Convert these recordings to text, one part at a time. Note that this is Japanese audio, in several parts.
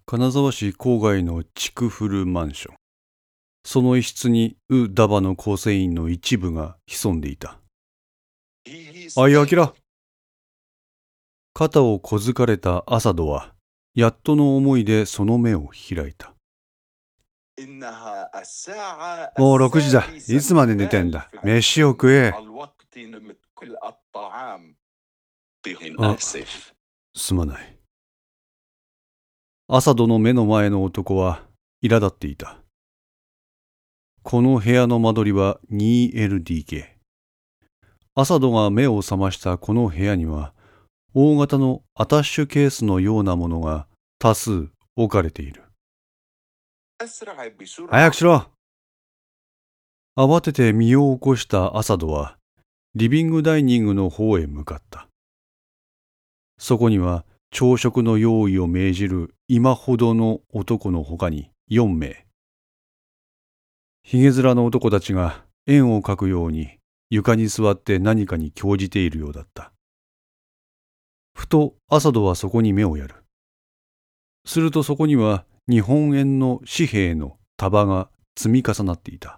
金沢市郊外の築古マンション。その一室にダバの構成員の一部が潜んでいた。あい、アキラ。肩を小づかれたアサドは、やっとの思いでその目を開いた。もう6時だ。いつまで寝てんだ。飯を食え。あ、すまない。アサドの目の前の男は苛立っていた。この部屋の間取りは 2LDK。アサドが目を覚ましたこの部屋には、大型のアタッシュケースのようなものが多数置かれている。早くしろ。慌てて身を起こしたアサドは、リビングダイニングの方へ向かった。そこには朝食の用意を命じる今ほどの男のほかに4名。ひげ面の男たちが円を描くように床に座って何かに興じているようだった。ふとアサドはそこに目をやる。するとそこには日本円の紙幣の束が積み重なっていた。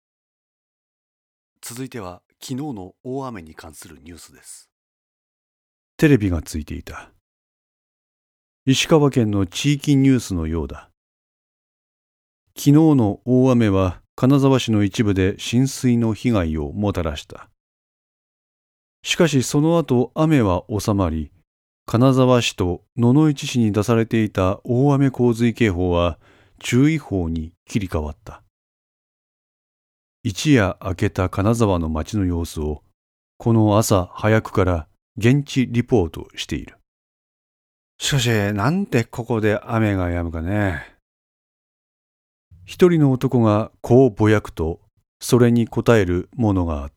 続いては昨日の大雨に関するニュースです。 テレビがついていた。石川県の地域ニュースのようだ。昨日の大雨は金沢市の一部で浸水の被害をもたらした。しかしその後雨は収まり、金沢市と野々市市に出されていた大雨洪水警報は注意報に切り替わった。一夜明けた金沢の街の様子をこの朝早くから現地リポートしている。しかしなんでここで雨が止むかね。一人の男がこうぼやくと、それに応えるものがあった。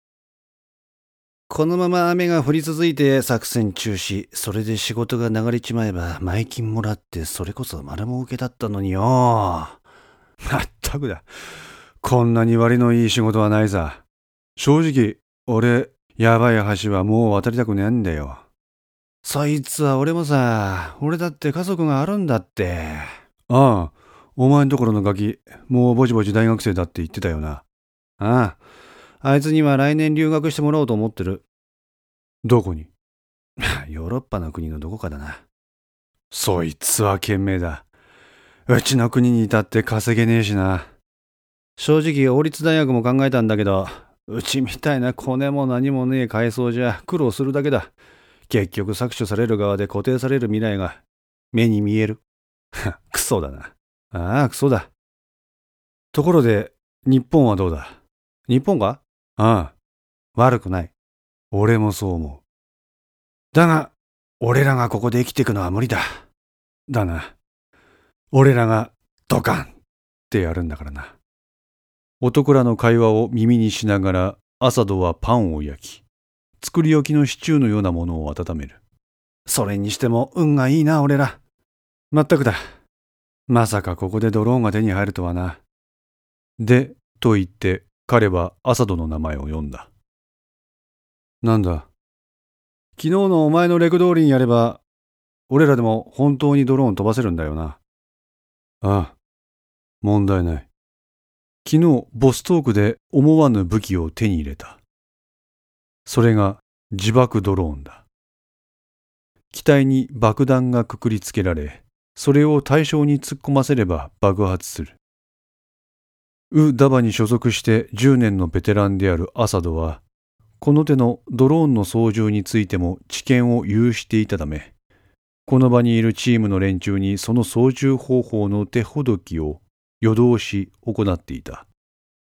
このまま雨が降り続いて作戦中止、それで仕事が流れちまえば前金もらってそれこそ丸儲けだったのによ。 まったくだ。こんなに割のいい仕事はないさ。正直、俺、やばい橋はもう渡りたくねえんだよ。 そいつは俺もさ、俺だって家族があるんだって。 ああ、お前んところのガキ、もうぼちぼち大学生だって言ってたよな。 ああ、あいつには来年留学してもらおうと思ってる。 どこに？ ヨーロッパの国のどこかだな。 そいつは賢明だ。うちの国にいたって稼げねえしな。 正直王立大学も考えたんだけど、うちみたいなコネも何もねえ階層じゃ苦労するだけだ。結局搾取される側で固定される未来が目に見える。 クソだな。 ああ、クソだ。 ところで、日本はどうだ？ 日本が？ ああ。 悪くない。 俺もそう思う。 だが、俺らがここで生きていくのは無理だ。 だな。俺らがドカンってやるんだからな。男らの会話を耳にしながら、アサドはパンを焼き、作り置きのシチューのようなものを温める。 それにしても運がいいな、俺ら。 まったくだ。まさかここでドローンが手に入るとはな。で、と言って彼はアサドの名前を呼んだ。なんだ。昨日のお前のレク通りにやれば、俺らでも本当にドローン飛ばせるんだよな。ああ、問題ない。昨日ボストークで思わぬ武器を手に入れた。それが自爆ドローンだ。機体に爆弾がくくりつけられ、それを対象に突っ込ませれば爆発する。ダバに所属して10年のベテランであるアサドは、この手のドローンの操縦についても知見を有していたため、この場にいるチームの連中にその操縦方法の手ほどきを夜通し行っていた。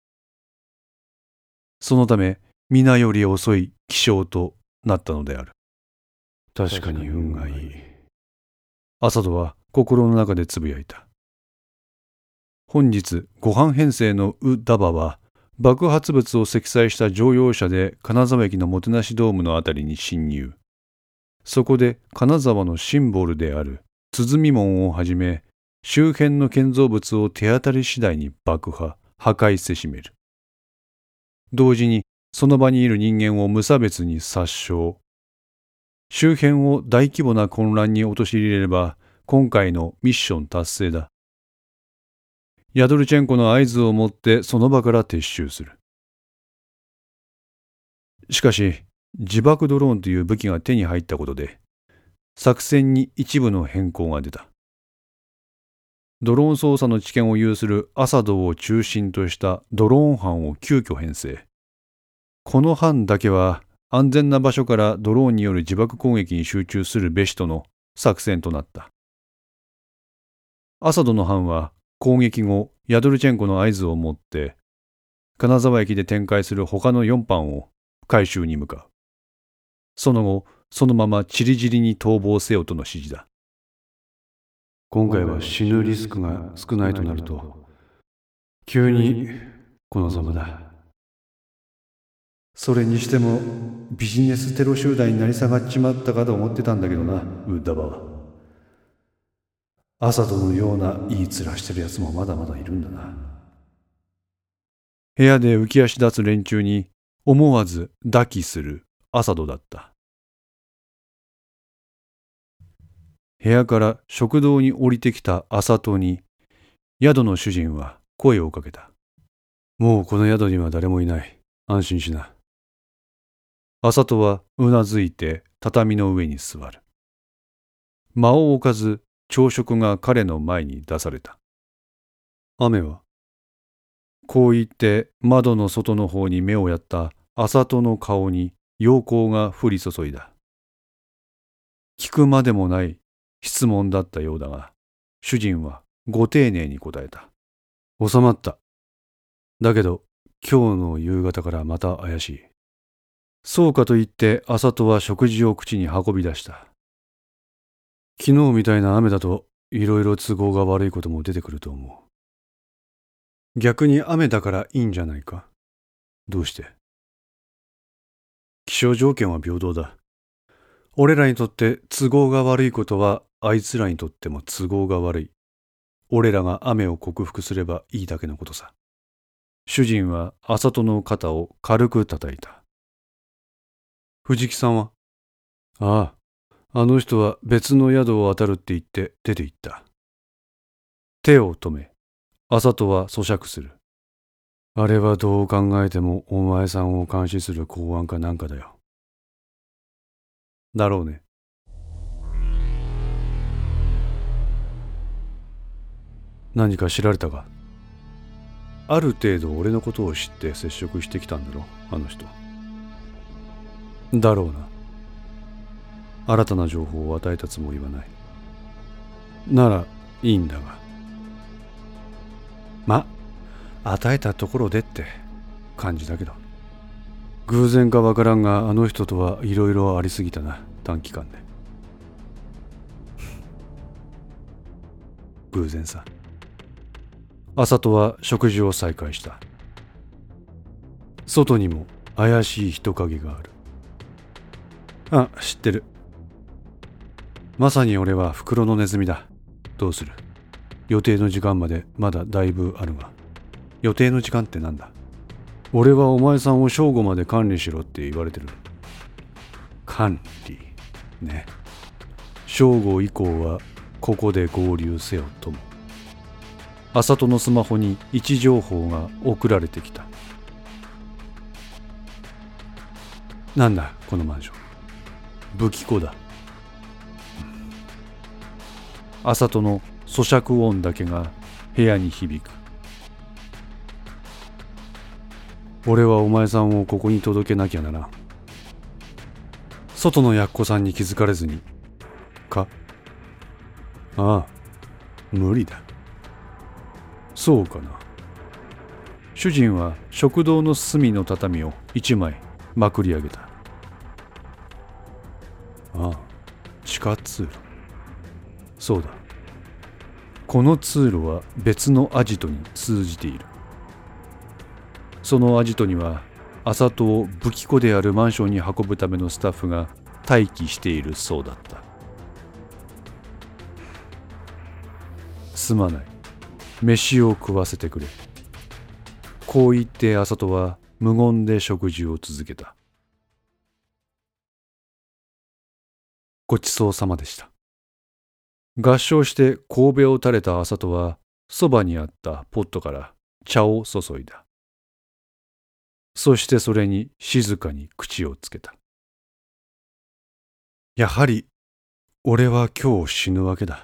そのため、皆より遅い起床となったのである。確かに運がいい。アサドは心の中でつぶやいた。本日、ご飯編成のダバは、爆発物を積載した乗用車で金沢駅のもてなしドームのあたりに侵入。そこで金沢のシンボルである鼓門をはじめ、周辺の建造物を手当たり次第に爆破、破壊せしめる。同時にその場にいる人間を無差別に殺傷。周辺を大規模な混乱に陥れれば、 今回のミッション達成だ。ヤドルチェンコの合図をもってその場から撤収する。しかし、自爆ドローンという武器が手に入ったことで、作戦に一部の変更が出た。ドローン操作の知見を有するアサドを中心としたドローン班を急遽編成。この班だけは安全な場所からドローンによる自爆攻撃に集中するべしとの作戦となった。アサドの班は攻撃後、ヤドルチェンコの合図をもって、金沢駅で展開する他の4班を回収に向かう。その後、そのままチリジリに逃亡せよとの指示だ。 今回は死ぬリスクが少ないとなると、急にこのざまだ。それにしてもビジネステロ集団になり下がっちまったかと思ってたんだけどな、ウッダバは。アサドのようないい面してるやつもまだまだいるんだな。 部屋で浮き足立つ連中に思わず抱きするアサドだった。部屋から食堂に降りてきたアサトに宿の主人は声をかけた。 もうこの宿には誰もいない。安心しな。 アサトはうなずいて畳の上に座る。間を置かず朝食が彼の前に出された。 雨は？ こう言って窓の外の方に目をやったアサトの顔に陽光が降り注いだ。聞くまでもない質問だったようだが、主人はご丁寧に答えた。 収まった。だけど今日の夕方からまた怪しい。 そうかと言ってアサトは食事を口に運び出した。 昨日みたいな雨だといろいろ都合が悪いことも出てくると思う。逆に雨だからいいんじゃないか。 どうして？ 気象条件は平等だ。俺らにとって都合が悪いことはあいつらにとっても都合が悪い。俺らが雨を克服すればいいだけのことさ。 主人はアサトの肩を軽く叩いた。 藤木さんは？ああ、あの人は別の宿を当たるって言って出て行った。 手を止め、アサトは咀嚼する。 あれはどう考えてもお前さんを監視する公安かなんかだよ。 だろうね。 何か知られたか？ある程度俺のことを知って接触してきたんだろ、あの人。 だろうな。 新たな情報を与えたつもりはない。ならいいんだが。与えたところでって感じだけど。偶然かわからんが、あの人とはいろいろありすぎたな、短期間で。 偶然さ。アサトは食事を再開した。 外にも怪しい人影がある。 あ、知ってる。 まさに俺は袋のネズミだ。どうする？予定の時間までまだだいぶあるが。 予定の時間ってなんだ？ 俺はお前さんを正午まで管理しろって言われてる。 管理ね。正午以降はここで合流せよとも。アサトのスマホに位置情報が送られてきた。 なんだこのマンション。 武器庫だ。アサトの咀嚼音だけが部屋に響く。 俺はお前さんをここに届けなきゃならん。外のやっこさんに気づかれずにか？ ああ、無理だ。そうかな。主人は食堂の隅の畳を一枚まくり上げた。ああ、地下通路。そうだ。この通路は別のアジトに通じている。そのアジトにはアサトを武器庫であるマンションに運ぶためのスタッフが待機しているそうだった。すまない。飯を食わせてくれ。こう言ってアサトは無言で食事を続けた。ごちそうさまでした。 合掌して神戸を垂れた麻人は、そばにあったポットから茶を注いだ。そしてそれに静かに口をつけた。やはり、俺は今日死ぬわけだ。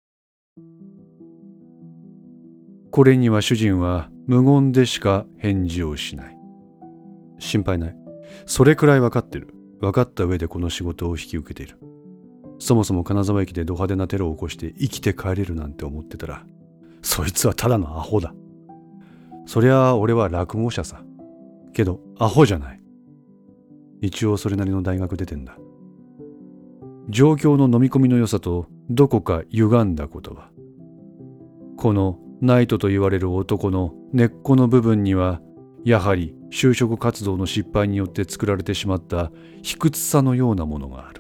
これには主人は無言でしか返事をしない。心配ない。それくらい分かってる。分かった上でこの仕事を引き受けている。そもそも金沢駅でド派手なテロを起こして生きて帰れるなんて思ってたら、そいつはただのアホだ。そりゃあ俺は落語者さ。けどアホじゃない。一応それなりの大学出てんだ。状況の飲み込みの良さとどこか歪んだ言葉。このナイトと言われる男の根っこの部分には、やはり就職活動の失敗によって作られてしまった卑屈さのようなものがある。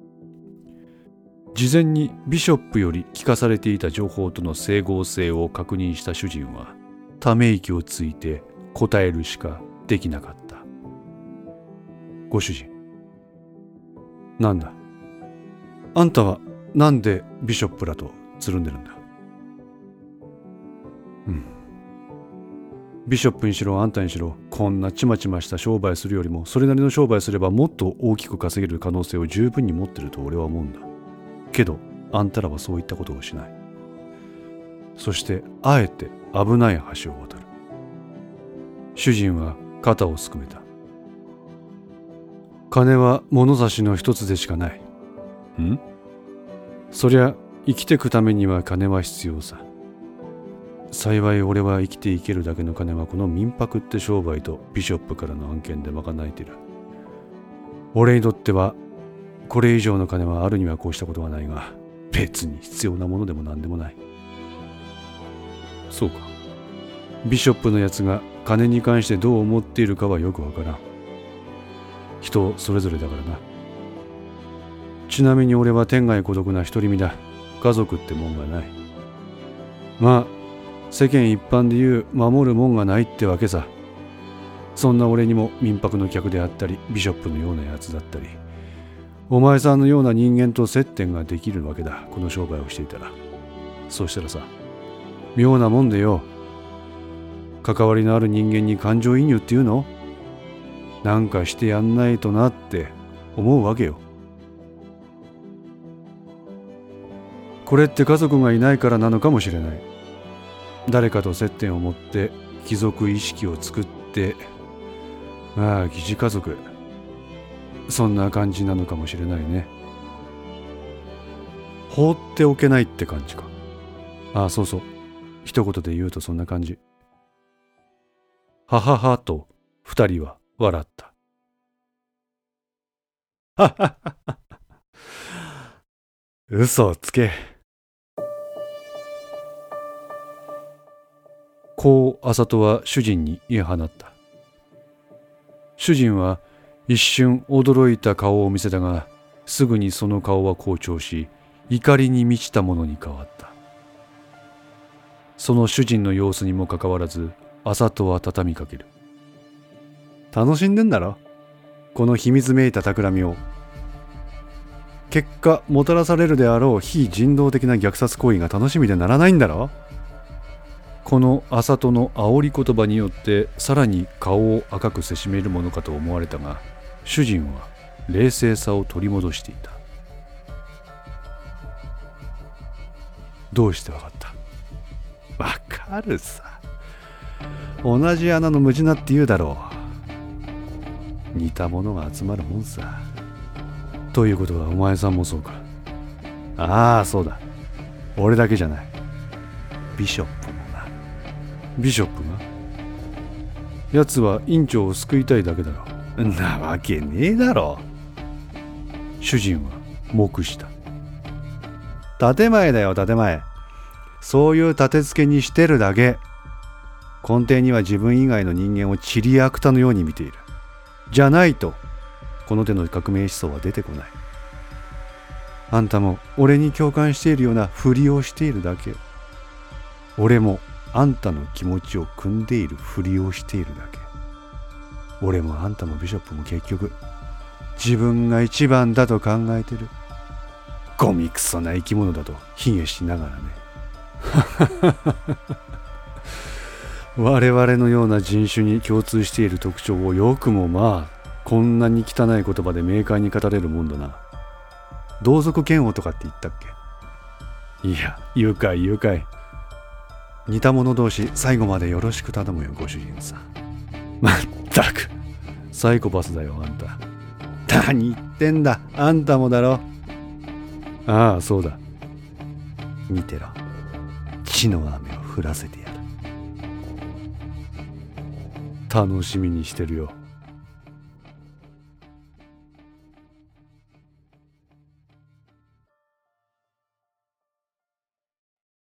事前にビショップより聞かされていた情報との整合性を確認した主人は、ため息をついて答えるしかできなかった。ご主人。なんだ。あんたはなんでビショップらとつるんでるんだ。ビショップにしろあんたにしろ、こんなちまちました商売するよりもそれなりの商売すればもっと大きく稼げる可能性を十分に持ってると俺は思うんだ。けどあんたらはそういったことをしない。そしてあえて危ない橋を渡る。主人は肩をすくめた。金は物差しの一つでしかない。そりゃ生きてくためには金は必要さ。幸い俺は生きていけるだけの金はこの民泊って商売とビショップからの案件で賄えている。俺にとってはこれ以上の金はあるにはこうしたことはないが、別に必要なものでも何でもない。そうか。ビショップのやつが金に関してどう思っているかはよくわからん。人それぞれだからな。ちなみに俺は天涯孤独な独り身だ。家族ってもんがない。まあ世間一般で言う守るもんがないってわけさ。そんな俺にも民泊の客であったりビショップのようなやつだったり、お前さんのような人間と接点ができるわけだ。この商売をしていたら。そうしたらさ、妙なもんでよ、関わりのある人間に感情移入っていうのなんかしてやんないとなって思うわけよ。これって家族がいないからなのかもしれない。誰かと接点を持って貴族意識を作って、まあ疑似家族、そんな感じなのかもしれないね。放っておけないって感じか。ああ、そうそう、一言で言うとそんな感じ。はははと二人は笑った。はははは。嘘をつけ。こう麻人は主人に言い放った。主人は一瞬驚いた顔を見せたが、すぐにその顔は好調し、怒りに満ちたものに変わった。その主人の様子にもかかわらず、麻人は畳みかける。楽しんでんだろ、この秘密めいた企みを。結果もたらされるであろう非人道的な虐殺行為が楽しみでならないんだろ。この麻人の煽り言葉によってさらに顔を赤くせしめるものかと思われたが、主人は冷静さを取り戻していた。どうしてわかった？わかるさ。同じ穴の無地なって言うだろう。似たものが集まるもんさ。ということはお前さんもそうか。ああ、そうだ。俺だけじゃない。ビショップもな。ビショップが？奴は院長を救いたいだけだろ。なわけねえだろ。主人は黙した。建前だよ、建前。そういう立て付けにしてるだけ。根底には自分以外の人間をチリアクタのように見ている。じゃないとこの手の革命思想は出てこない。あんたも俺に共感しているようなふりをしているだけ。俺もあんたの気持ちを汲んでいるふりをしているだけ。俺もあんたもビショップも結局自分が一番だと考えてる。 ゴミクソな生き物だと卑下しながらね。我々のような人種に共通している特徴をよくもまあこんなに汚い言葉で明快に語れるもんだな。同族嫌悪とかって言ったっけ？いや、愉快愉快。似た者同士最後までよろしく頼むよ、ご主人さん。まったくサイコパスだよ、あんた。何言ってんだ、あんたもだろ。ああ、そうだ。見てろ、血の雨を降らせてやる。楽しみにしてるよ。